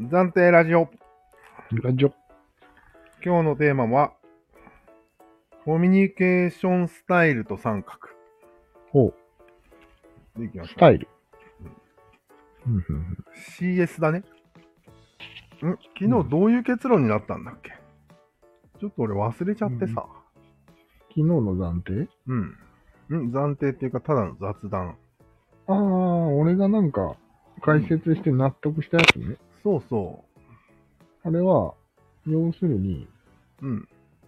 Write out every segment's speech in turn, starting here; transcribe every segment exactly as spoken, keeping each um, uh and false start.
暫定ラジオ。 ラジオ。 今日のテーマは、コミュニケーションスタイルと三角。 ほう。 でいきましょう。 スタイル。 うんうんうんうんシーエス だね。ん昨日どういう結論になったんだっけ、ちょっと俺忘れちゃってさ。 昨日の暫定うん。うん、暫定っていうか、ただの雑談。 ああ、俺がなんか解説して納得したやつね。 そうそあれは、要するに、 う。うん。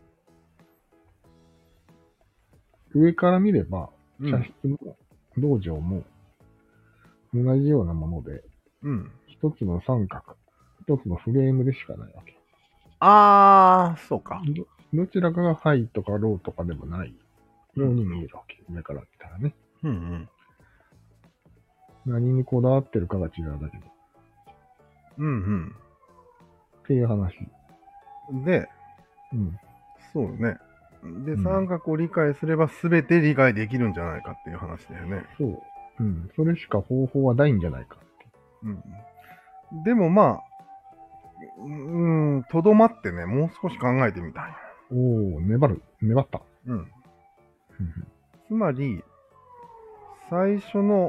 上から見れば、 うん。 茶室も道場も同じようなもので、 うん。 一つの三角、一つのフレームでしかないわけ。 あー、そうか。 ど、どちらかがハイとかローとかでもないように見えるわけ。上から見たらね。 うんうん。 何にこだわってるかが違うだけで。 うんっていう話。 うん。で、 うん。 そうね。で、 うん三角を理解すれば全て理解できるんじゃないかっていう話だよね。 そう。うん。それしか方法はないんじゃないかって。 うん。でもまあ、うーん、とどまってね、もう少し考えてみたい。 おー、粘る。粘った。 うん。 うんつまり、最初の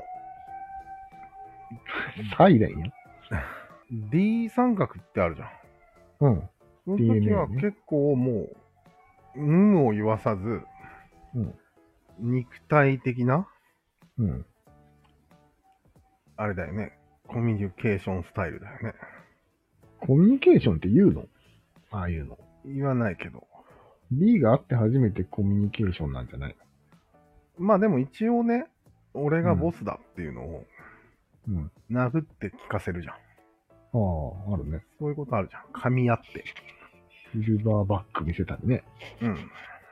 サイレンよ。 D 三角ってあるじゃん。 うん。 その時はディーエヌエー ね結構もう、有無を言わさず、 うん。 肉体的な、 うん。 あれだよね。コミュニケーションスタイルだよね。 コミュニケーションって言うのああいうの。 言わないけど。 B があって初めてコミュニケーションなんじゃないまあでも一応ね、俺がボスだっていうのをのうん。 殴って聞かせるじゃん。 ああ、あるね。 そういうことあるじゃん。噛み合って。 シルバーバック見せたりね。 うん。 うん。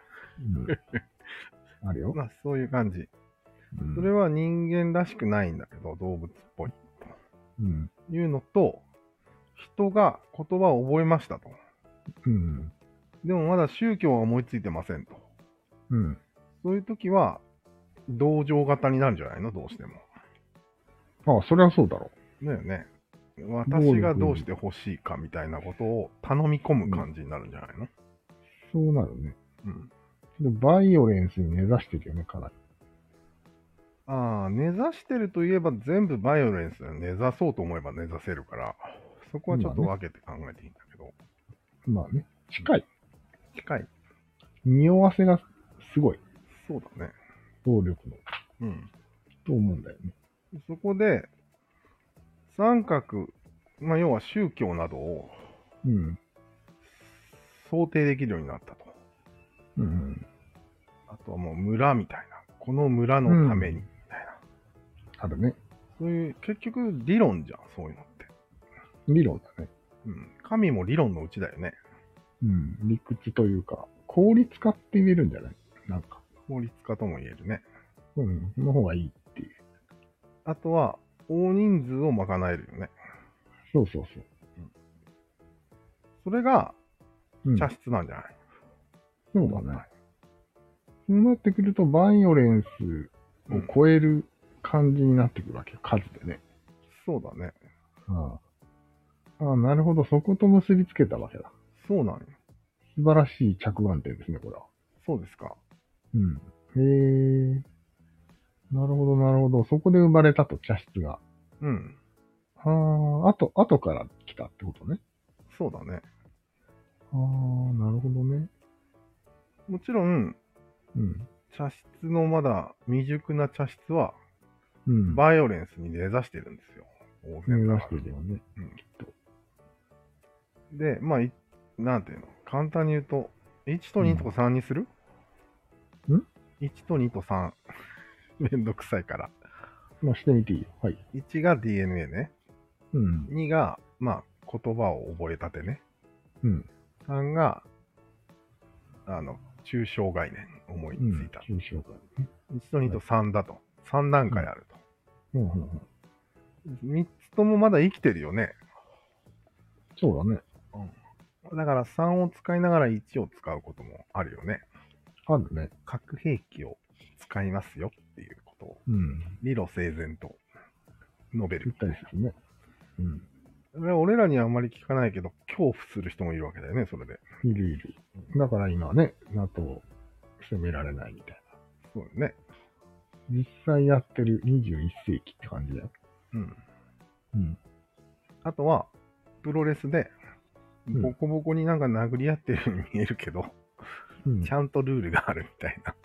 あるよ。 まあそういう感じ。 うん、 それは人間らしくないんだけど、動物っぽい。 うん。 というのと、人が言葉を覚えましたと。 うん。 でもまだ宗教は思いついてませんと。 うん。 そういう時は、同情型になるんじゃないのどうしても。 ああ、それはそうだろだよね。私がどうして欲しいかみたいなことを頼み込む感じになるんじゃないの、 う。そうなるね。 うん、 でバイオレンスに根ざしてるよね、かなり。 ああ、根ざしてるといえば全部バイオレンスを根ざそうと思えば根ざせるから、そこはちょっと分けて考えていいんだけど。 まあね。近い。 近い。 匂わせがすごい。 そうだね。 動力の。 うん。 と思うんだよね。 そこで、三角、まあ、要は宗教などをうん。 想定できるようになったと。 うん。 あとはもう村みたいな。この村のために、みたいな。 あるね。 そういう、結局理論じゃん、そういうのって。 理論だね。 うん。神も理論のうちだよね。 うん。理屈というか、効率化って言えるんじゃないなんか。 法律家とも言えるね。 うん。の方がいいっていう。 あとは、大人数を賄えるよね。 そうそうそう。 それが、 うん。 茶室なんじゃない、 そうだね。そうなってくると、バイオレンスを超える感じになってくるわけよ。数でね。 そうだね。 ああ。ああ、なるほど。そこと結びつけたわけだ。 そうなんよ。 素晴らしい着眼点ですね、これは。 そうですか。 うん。へえ。なるほど、なるほど。そこで生まれたと、茶室が。 うん。 ああ、あと、後から来たってことね。 そうだね。 ああ、なるほどね。 もちろん、 うん。 茶室のまだ未熟な茶室は、 うん。 バイオレンスに根ざしてるんですよ。当目指然ながらしてるよね。 うんきっと。 で、まあ、いなんていうの、簡単に言うと、いちとにとさんにする、 ん ?いち とにとさん。めんどくさいから。 まあ、してみていいよ。はい。 いちが ディーエヌエー ね。 うん。 にが、まあ、言葉を覚えたてね。 うん。 さんが、あの、抽象概念思いつうん。 いた。 抽象化ね。 いちとにとさんだと。さん段階あると。 うん、うん、うん。 みっつともまだ生きてるよね。 そうだね。 だからさんを使いながらいちを使うこともあるよね。 あるね。 核兵器を使いますよっていうことをうん。 理路整然と述べる。 言ったりするね。うん。 俺らにはあんまり聞かないけど、恐怖する人もいるわけだよね、それで。 いるいる。だから今ね、NATO を攻められないみたいそうだね。 な。実際やってるにじゅういっ世紀って感じだよ。 うん。 うん。 あとは、プロレスで、 うんボコボコになんか殴り合ってるように見えるけど、 うん。 ちゃんとルールがあるみたいな。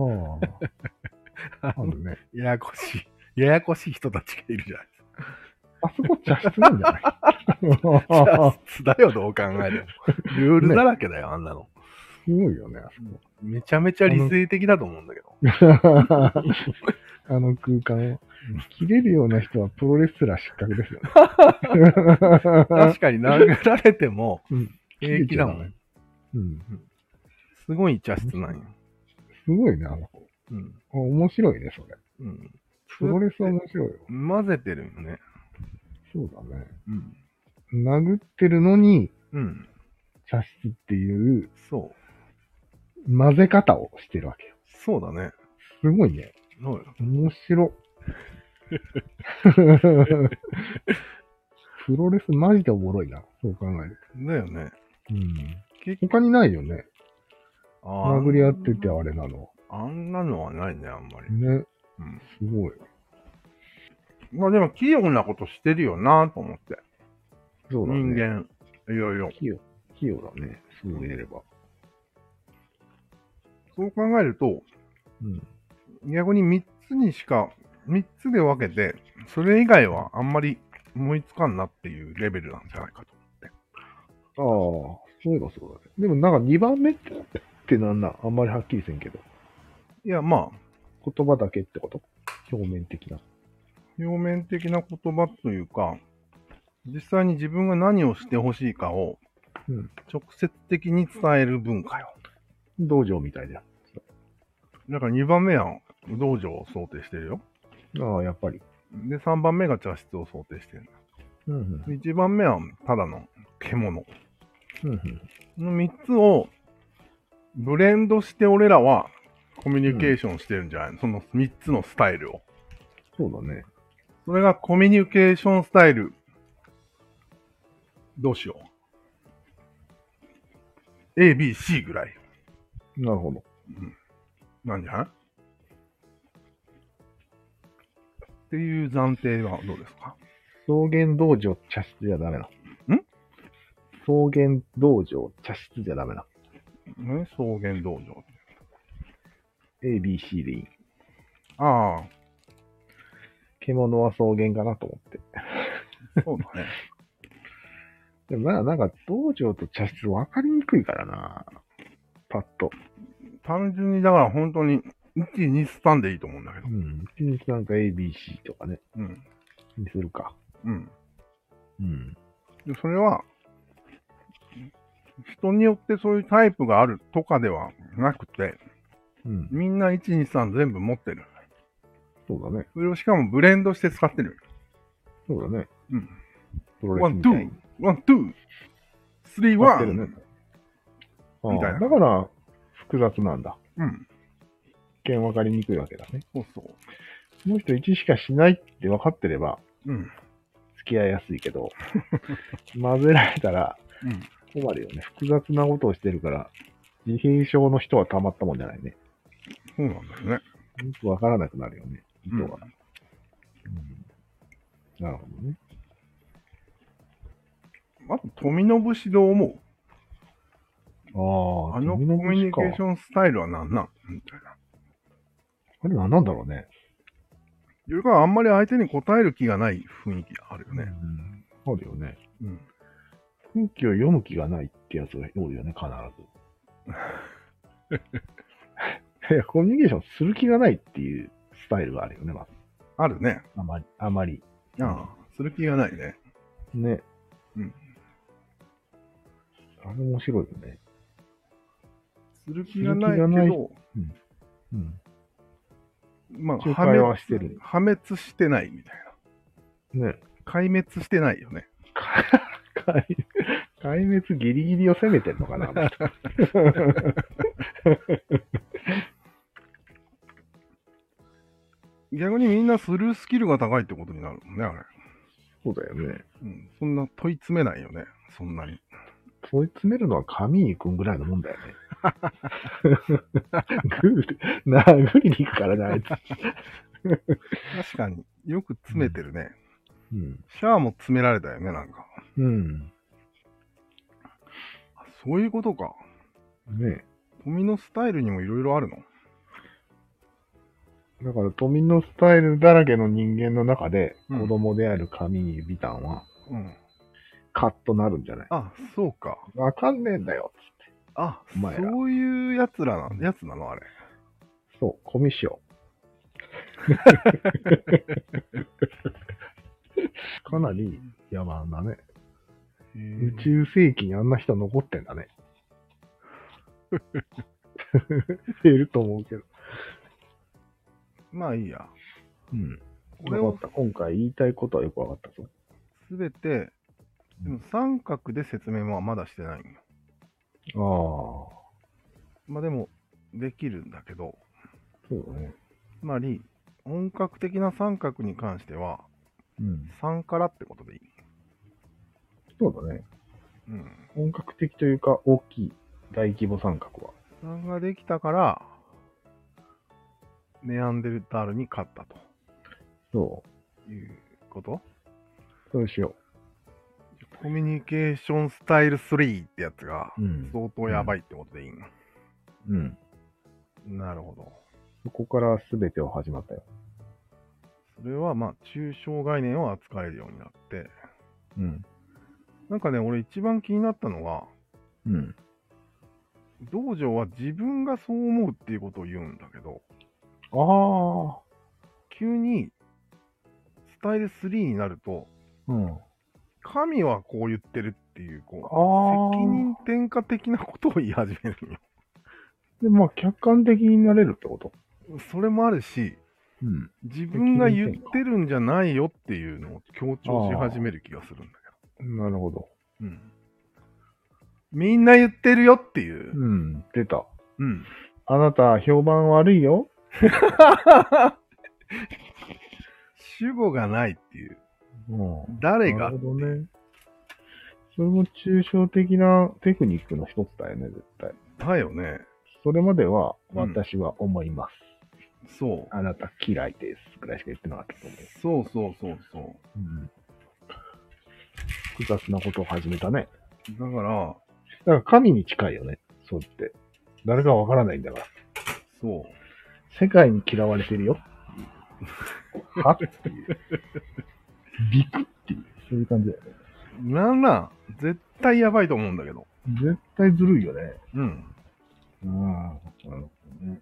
ああ。あるね。 ややこしい、ややこしい人たちがいるじゃないですか。 あそこ茶室なんじゃない茶室だよ、どう考えても。ルールだらけだよ、あんなの。 すごいよね、あそこ。 めちゃめちゃ理性的だと思うんだけど。 あの空間を。切れるような人はプロレスラー失格ですよね。 確かに殴られてもうん平気だもん。 うん。 すごい茶室なんよ。 すごいね、あの子。 うん。 あ面白いね、それ。 うん。 プロレスは面白いよ。 混ぜてるよね。 そうだね。 うん。 殴ってるのに、 うん。 茶室っていうそう。 混ぜ方をしてるわけよ。 そうだね。 すごいね。 そうよ。 面白。プロレスマジでおもろいな。そう考えるだよね。 と。うん。 結他にないよね。 あー殴り合っててあれなの。 あんなのはないね、あんまり。 ね。 うん。 すごい。 まあでも器用なことしてるよなと思って。 そうだね。 人間。いろいろ。 器用。器用だね。そう言えれば。 そう考えると、 うん。 逆にみっつにしか、みっつで分けて、それ以外はあんまり思いつかんなっていうレベルなんじゃないかと思って。 ああ、そういえばそうだね。でもなんかにばんめってってなんなんあんまりはっきりせんけど。 いや、まあ、 言葉だけってこと表面的な。 表面的な言葉というか、実際に自分が何をしてほしいかをうん。 直接的に伝える文化よ。 道場みたいじゃだからにばんめは道場を想定してるよ。 ん。ああ、やっぱり。 で、さんばんめが茶室を想定してる。 うんうん。 いちばんめはただの獣。 うんうん。 このみっつをブレンドして俺らはコミュニケーションしてるんじゃないの、うん、そのみっつのスタイルを。 そうだね。 それがコミュニケーションスタイル。どうしよう。A、B、C ぐらい。 なるほど。 うん。なんじゃないっていう暫定はどうですか？ 草原道場茶室じゃダメな。 ん草原道場茶室じゃダメな。 ね、草原道場。 A、B、C でいい。 ああ、 獣は草原かなと思って。 そうだね。 でもな、なんか道場と茶室分かりにくいからな。パッと。 単純にだから本当にいち、にスパンでいいと思うんだけど。 うん。いちにちなんか A、B、C とかね。 うん。 にするか。 うん。 うん。 でそれは、人によってそういうタイプがあるとかではなくて、 うん。 みんないち、に、さん全部持ってる。 そうだね。 それをしかもブレンドして使ってる。 そうだね。 うん。 プロレワン、ツースみたいに。、 ワン、ツー、スリー、ワン。 やってるね。あみたいなあだから、複雑なんだ。 うん。 一見分かりにくいわけだね。 そうそう。 この人いちしかしないって分かってれば、 うん。 付き合いやすいけど、混ぜられたらうん。 困るよね。複雑なことをしてるから、自閉症の人はたまったもんじゃないね。 そうなんだよね。 よく分からなくなるよね。意図うんが。うんなるほどね。 あと、富信氏どう思う？ ああ、 あのコ富のミュニケーシン。 ョンスタイルは何なんみたいな。 あれ何なんだろうね。 それからあんまり相手に答える気がない雰囲気があるよね。 うん。あるよね。 うん。 空気を読む気がないってやつが多いよね、必ず。いや、コミュニケーションする気がないっていうスタイルがあるよね、まず。 あるね。 あまり、あまり。 ああ、する気がないね。 ね。 うん。 あれ面白いよね。 する気がないけする気がないど、 うん。 まあ、 仲介はしてる破滅してないみたいな。 ね。 壊滅してないよね。 壊壊滅ギリギリを攻めてんのかな、あの人逆にみんなスルースキルが高いってことになるもんね、あれ。 そうだよね。 うん。そんな問い詰めないよね。そんなに。 問い詰めるのは神に行くんぐらいのもんだよね。グー、殴りに行くからね、あいつ。 確かによく詰めてるね。 うん。 シャアも詰められたよね、なんか。 うん。 そういうことか。 ね富のスタイルにもいろいろあるの？ だから富のスタイルだらけの人間の中で、 うん子供である神ビタンは、 うん。 カッとなるんじゃない？ あ、そうか。 わかんねえんだよ、つって。 あ、 お前らそういうやつらな、やつなのあれ。 そう、コミッション。かなり野蛮だね。宇宙世紀にあんな人残ってんだね。いると思うけど。 まあいいや。 うん。 これをわかった。今回言いたいことはよくわかったぞ。 すべて、でも三角で説明はまだしてないんよ。 ああ、 まあでも、できるんだけど、 そうだね。 つまり、本格的な三角に関しては、 うん。 さんからってことでいい。 そうだね。 うん。 本格的というか、大きい、大規模三角は。 さんができたから、ネアンデルタールに勝ったそということう。そうしよコミュニケーションスタイルスリーってやつがう。うん。 相当やばいってことでいいの、 うん。 なるほど。 そこから全てを始まったよ。 それはまあ抽象概念を扱えるようになって、 うん。 なんかね、俺一番気になったのが、 うん。 道場は自分がそう思うっていうことを言うんだけど、 あ急にスタイルスリーになると、 あ。うん。 神はこう言ってるっていう、こああ。 う、責任転嫁的なことを言い始めるんよ。 で、まあ、客観的になれるってこと？ それもあるし、 うん。 自分が言ってるんじゃないよっていうのを強調し始める気がするんだけど。 なるほど。 うん。みんな言ってるよっていう。 うん。出た。 うん。 あなた、評判悪いよ。 主語がないっていう。 うん。 誰がなるほどね。それも抽象的なテクニックの一つだよね、絶対。 だよね。 それまでは、 うん私は思います。 そう。 あなた嫌いです。ぐらいしか言ってなかったと思う。 そうそうそうそう。 うん。複雑なことを始めたね。 だから、 だから神に近いよね。そうって。誰かわからないんだから。 そう。 世界に嫌われてるよ。はっていう。ビクっていう。そういう感じだよね。 なんなん絶対やばいと思うんだけど。 絶対ずるいよね。 うん。 うん。なるほどね。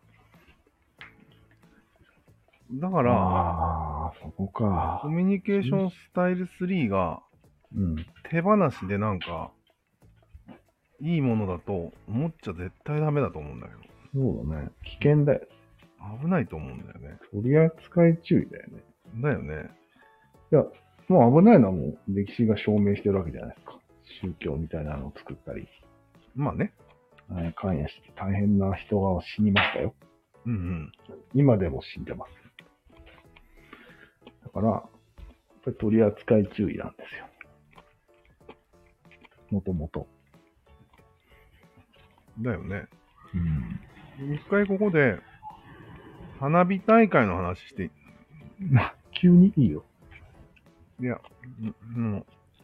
だから、 ああ、そこかコ。ミュニケーションスタイルスリーがうん。 手放しでなんか、いいものだと思っちゃ絶対ダメだと思うんだけそうだね。危険だよ。 ど。危ないと思うんだよね。 取り扱い注意だよね。 だよね。 いや、もう危ないのはもう歴史が証明してるわけじゃないですか。宗教みたいなのを作ったり、 まあね。 えー関与して大変な人が死にましたよ。 うんうん。 今でも死んでます。だから、やっぱり取り扱い注意なんですよ。もともと。 だよね。 うん。 一回ここで、花火大会の話して、 まあ、急にいいよ。 いや、んも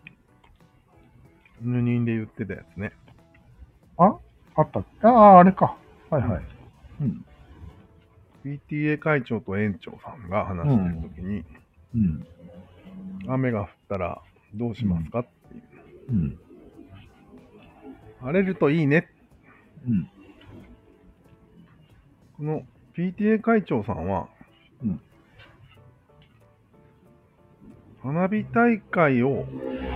う、ヌニンで言ってたやつね。 ああった。ああ、あれか。はいはい。うん。 ピーティーエー 会長と園長さんが話してるときに、 うん。 雨が降ったらどうしますかっていう。 うん。 晴れるといいね。 うん。 この ピーティーエー 会長さんは、 うん。 花火大会を一つ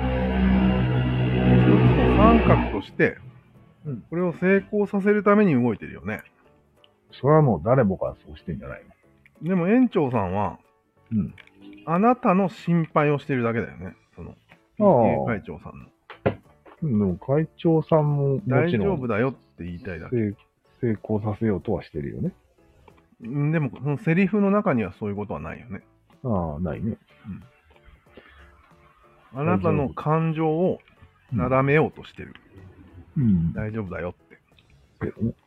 の三角として、 うんこれを成功させるために動いてるよね。 それはもう誰もがそうしてんじゃないでも園長さんは、 の？うん。 あなたの心配をしてるだけだよね。その ピーティーエー 会長さんの。 でも会長さんもも大ちろん丈夫だよって言いたいだけ。 成成功させようとはしてるよね。 うんでも、そのセリフの中にはそういうことはないよね。 ああ、ないね。 あなたの感情をなだめようとしてる。 うん。 大丈夫だよって。 けどね。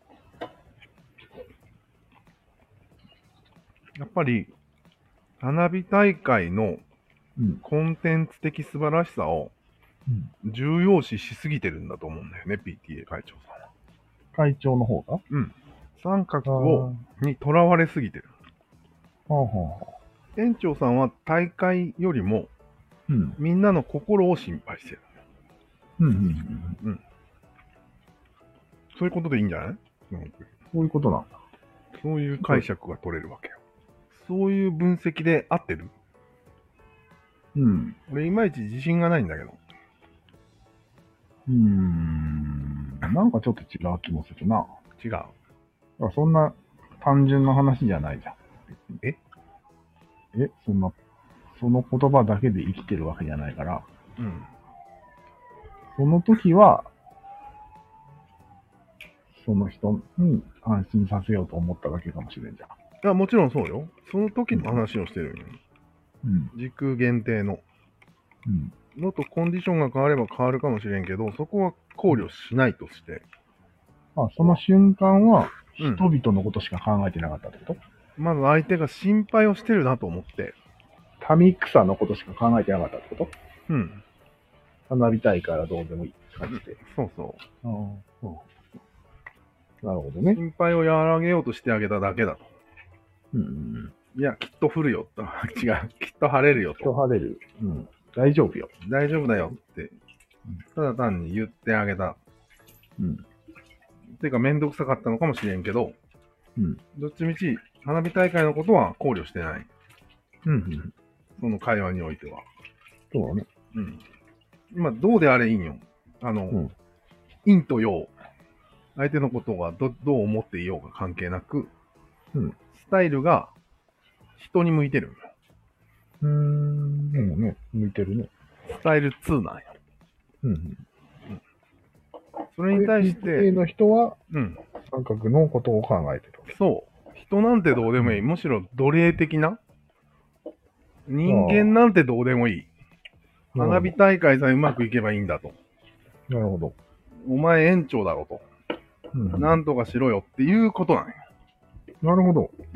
やっぱり、花火大会のコンテンツ的素晴らしさを重要視しすぎてるんだと思うんだよね、ピーティーエー 会長さんは。 会長の方がうん。三角を、にとらわれすぎてる。 はあはあはあ、 園長さんは大会よりも、うん、みんなの心を心配してる。 うんうんうん。うん。 そういうことでいいんじゃない？うん、 そういうことなんだ。 そういう解釈が取れるわけよ。そういう分析で合ってる？うん。俺いまいち自信がないんだけど。 うーん。なんかちょっと違う気もするな。 違う。 そんな単純な話じゃないじゃん。 ええそんな、その言葉だけで生きてるわけじゃないから。うん。その時は、その人に安心させようと思っただけかもしれんじゃん。いや、もちろんそうよ。その時の話をしてるよ、ね。うん。時空限定の。うん。のとコンディションが変われば変わるかもしれんけど、そこは考慮しないとして。 あ、その瞬間は、人々のことしか考えてなかったってこと？ うん、まず相手が心配をしてるなと思って。 民草のことしか考えてなかったってこと？ うん。 花火大会はどうでもいい感じで。 そうそう。ああ、 うん。なるほどね。 心配を和らげようとしてあげただけだと。うん。いや、きっと降るよと。違う。きっと晴れるよと。 きっと晴れる。うん。大丈夫よ。 大丈夫だよって。ただ単に言ってあげた。うん。ていうか、めんどくさかったのかもしれんけど、うん。どっちみち、花火大会のことは考慮してない。うん、うん。その会話においては。 そうだね。 うん。まあ、どうであれいいんよ。あの、うん、陰と陽。相手のことがど、どう思っていようか関係なく、うん。スタイルが人に向いてるんよ。 うーん、でもね、向いてるね。 スタイルツーなんよ。うん、うん。それに対して、 A の人は、うん。三角のことを考えてる。 そう。人なんてどうでもいい。むしろ奴隷的な人間なんてどうでもいい。花火大会さえうまくいけばいいんだと。 なるほど。 お前園長だろと。うん、なんとかしろよっていうことなんよ。 なるほど。うん。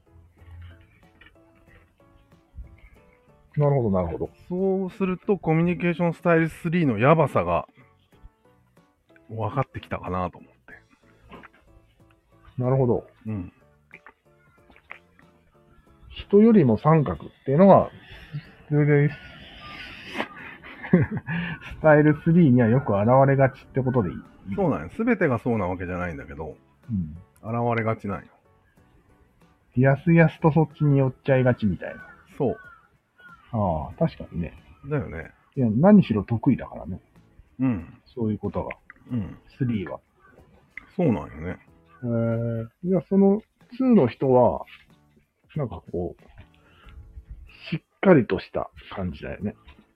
なるほど、なるほど。 そうすると、コミュニケーションスタイルスリーのやばさが分かってきたかなと思って。 なるほど。うん。人よりも三角っていうのが、普通でスタイルスリーにはよく現れがちってことでいい？ そうなんよ。すべてがそうなわけじゃないんだけど、うん。現れがちなんよ。 やすやすとそっちに寄っちゃいがちみたいな。 そう。 ああ、確かにね。 だよね。 いや、何しろ得意だからね。 うん。 そういうことが。うん。スリーは。 そうなんよね。 えー、じゃあそのツーの人は、なんかこう、しっかりとした感じだよね。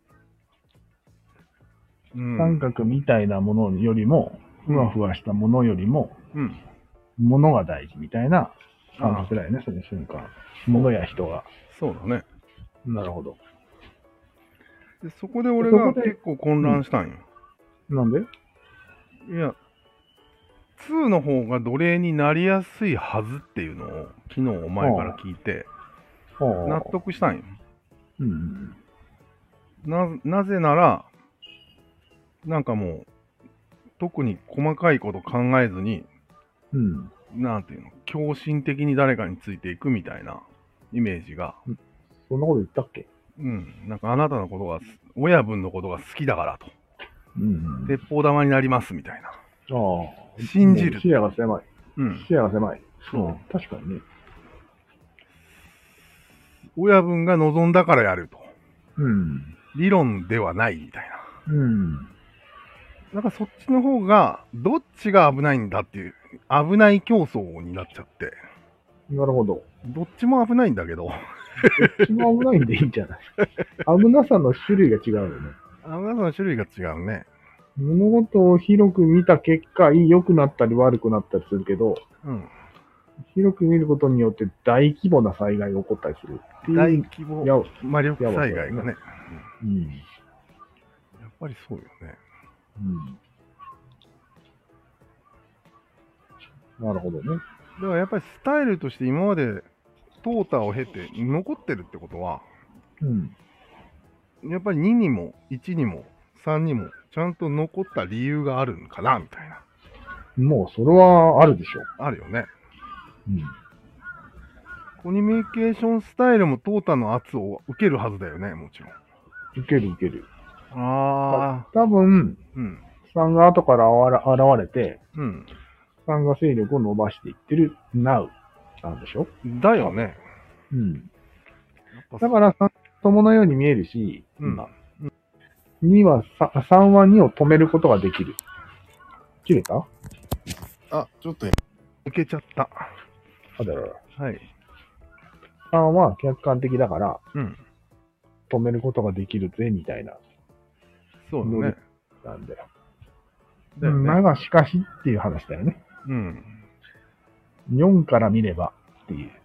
うん、三角みたいなものよりも、ふわふわしたものよりも、うん、ものが大事みたいな感覚だよね、その瞬間。ものや人が。 そうだね。 なるほど。 でそこで俺が結構混乱したんよ。 うん、なんで？ いや、ツーの方が奴隷になりやすいはずっていうのを昨日お前から聞いて、納得したんよ。うん、な、なぜなら、なんかもう、特に細かいこと考えずに、うん、なんていうの、狂信的に誰かについていくみたいなイメージが。 そんなこと言ったっけ？ うん。なんかあなたのことが、親分のことが好きだからと。うん、鉄砲玉になりますみたいな。ああ。信じる。 視野が狭い。うん。視野が狭い。そう。確かにね。 親分が望んだからやると。 うん。 理論ではないみたいな。 うん。 なんかそっちの方が、どっちが危ないんだっていう、危ない競争になっちゃって。 なるほど。 どっちも危ないんだけど。 どっちも危ないんでいいんじゃない？危なさの種類が違うよね。 危なさの種類が違うね。 物事を広く見た結果、良くなったり悪くなったりするけど、うん、広く見ることによって大規模な災害が起こったりするっていう。 大規模魔力災害がね。 うん。 ぱりそうよね。 うん。なるほどね。だからやっぱりスタイルとして今までトータを経て残ってるってことは、うん。やっぱりににもいちにもさんにもちゃんと残った理由があるんかなみたいな。 もうそれはあるでしょ。 あるよね。うん。コミュニケーションスタイルもトータの圧を受けるはずだよね、もちろん。 受ける受ける。 ああ。 多分、うん。さんが後から現れて、うん。さんが勢力を伸ばしていってる Now なんでしょ？ だよね。 うん。だからさん友のように見えるし、うん。にはさんはにを止めることができる。切れた？ あ、ちょっと抜けちゃった。 あだらら。 はい。 さんは客観的だから、うん。止めることができるぜ、みたいな。 そうだね。 なんだよ。だよね。だがしかしっていう話だよね。うん。よんから見ればっていう。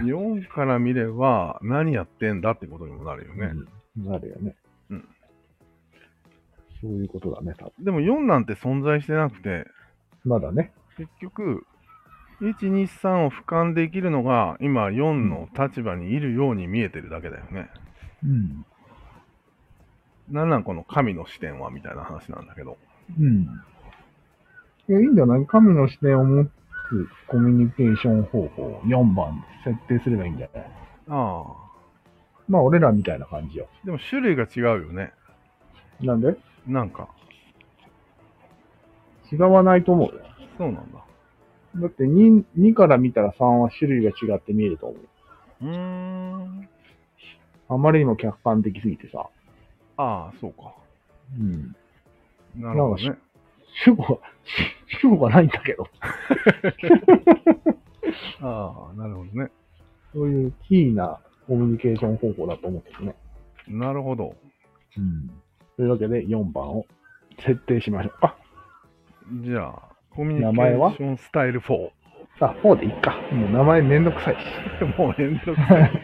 よんから見れば何やってんだってことにもなるよね。 うん、なるよね。うん。そういうことだね、多分。 でもよんなんて存在してなくて、 まだね。 結局、いち、に、さんを俯瞰できるのが今よんの立場にいるように見えてるだけだよね。うん。なんなんこの神の視点はみたいな話なんだけど。 うん。いや、いいんじゃない？神の視点を持つコミュニケーション方法をよんばん設定すればいいんじゃない？ああ。まあ、俺らみたいな感じよ。 でも種類が違うよね。 なんで？ なんか。 違わないと思うよ。 そうなんだ。 だって 2, 2から見たらさんは種類が違って見えると思う。うーん。あまりにも客観的すぎてさ。 ああ、そうか。うん。なるほどね。 主語が、主語がないんだけど。 ああ、なるほどね。 そういうキーなコミュニケーション方法だと思ってるね。 なるほど。 うん。というわけでよんばんを設定しましょうか。 じゃあ、コミュニケーションスタイルフォー。あ、フォーでいいか。もう名前めんどくさいし。 もうめんどくさい。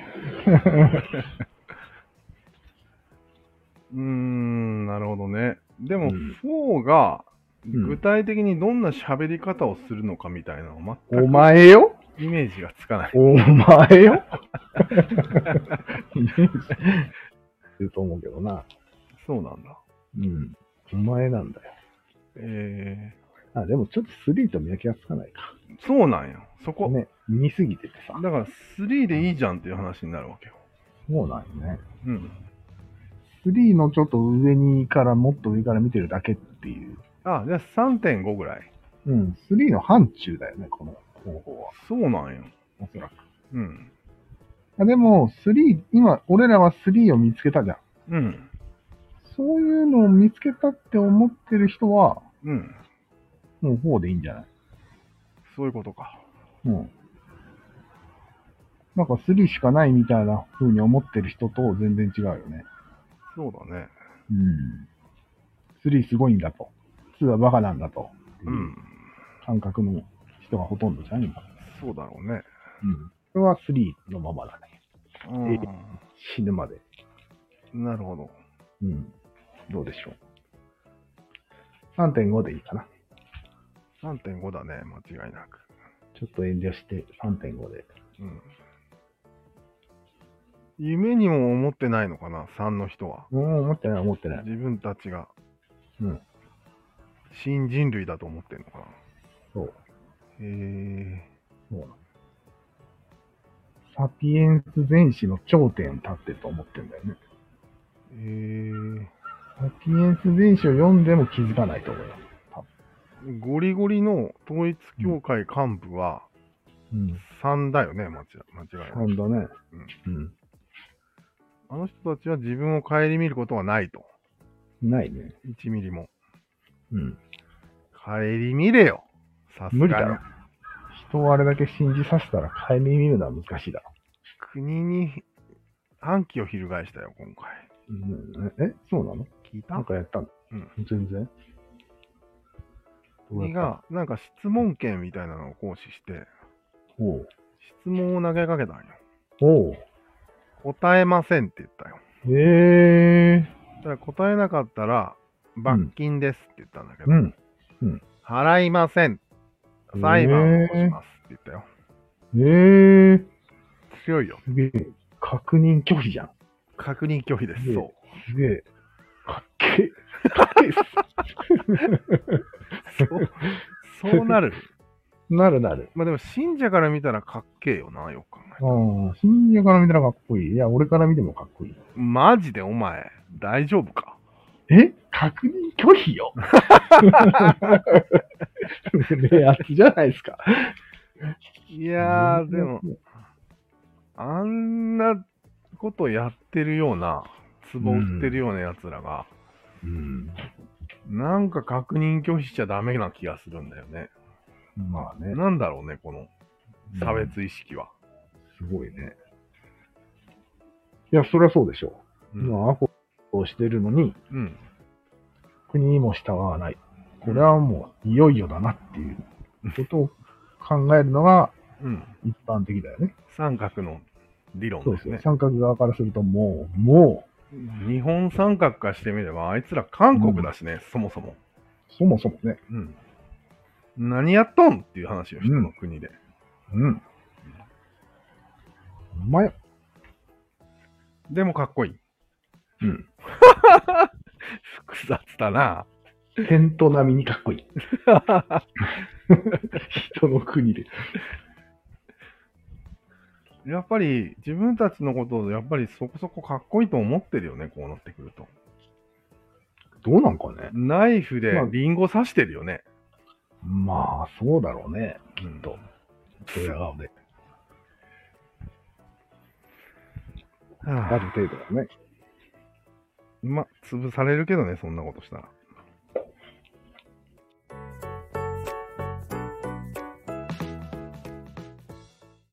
うーん、なるほどね。でも、うん、フォーが具体的にどんな喋り方をするのかみたいなのを全くお前よイメージがつかない。 お前よイメージすると思うけどな。 そうなんだ。 うん。お前なんだよ。えー、あ、でもちょっとスリーと見分けがつかないか。 そうなんよ。そこ。 ね、見すぎててさ。 だからスリーでいいじゃんっていう話になるわけよ。 そうなんよね。うん。スリーのちょっと上にからもっと上から見てるだけっていう。 あ、じゃあ さんてんご ぐらい。 うん。スリーの範疇だよね、この方法は。 そうなんよ。 おそらく。 うん。 あでも、スリー、今、俺らはスリーを見つけたじゃん。うん。そういうのを見つけたって思ってる人は、うん。もうフォーでいいんじゃない？ そういうことか。 うん。なんかスリーしかないみたいな風に思ってる人と全然違うよね。 そうだね。 うん。スリーすごいんだと。ツーはバカなんだと。うん。感覚の人がほとんどじゃん、今。 そうだろうね。 うん。これはスリーのままだね。うん。死ぬまで。 なるほど。 うん。どうでしょう。さんてんご でいいかな。 さんてんご だね、間違いなく。 ちょっと遠慮して さんてんご で。うん。 夢にも思ってないのかな、さんの人は。 うん、思ってない、思ってない。 自分たちが。うん。新人類だと思ってんのかな。 そう。 へえ。そう。 サピエンス全史の頂点に立ってると思ってんだよね。 へえ。 サピエンス全史を読んでも気づかないと思うよ。 ゴリゴリの統一教会幹部は、うん、さんだよね、間違いない。 さんだね。 うん。うん。あの人たちは自分を顧みることはないと。 ないね。 いちミリも。 うん。 顧みれよ。さすがに。 無理だろ。人をあれだけ信じさせたら顧みるのは難しいだろ。 国に反旗を翻したよ、今回。 うん、え、そうなの？ 聞いた？ なんかやったの？うん。全然。 国が、なんか質問権みたいなのを行使して、おう質問を投げかけたんよ。 おう答えませんって言ったよ。 へえだから答えなかったら、罰金ですって言ったんだけど、 うんうん、 払いません。裁判を起こしますって言ったよ。 えー、 強いよ。 すげえ。確認拒否じゃん。 確認拒否です。そう。 すげえ。かっけえ。かっけえっす。そう、そうなる。 なるなる。 まあでも信者から見たらかっけえよな、よく考えたら。 ああ、信者から見たらかっこいい。いや、俺から見てもかっこいい。 マジでお前、大丈夫か？ え確認拒否よ。ねやつじゃないですか。 いやー、でも、あんなことやってるような、壺売ってるようなやつらが、うん、なんか確認拒否しちゃダメな気がするんだよね。 まあね。 なんだろうね、この差別意識は。 うん、すごいね。いや、そりゃそうでしょう。うん、まあ、アホをしてるのに、うん、国にも従わない。これはもういよいよだなっていうことを考えるのが一般的だよね。 うん、三角の理論ですね。 そうそう。三角側からするともう、もう。日本三角化してみれば、あいつら韓国だしね、うん、そもそも。 そもそもね。 うん。何やっとんっていう話を人の国で。 うん。うん。お前。 でもかっこいい。 うん。 複雑だな。 テント並みにかっこいい。人の国で。 やっぱり自分たちのことをやっぱりそこそこかっこいいと思ってるよね、こうなってくると。 どうなんかね。 ナイフでリンゴ刺してるよね。 まあ、まあ、そうだろうね、きっと。ドヤ顔で。ある程度だね。 まあ、潰されるけどね、そんなことしたら。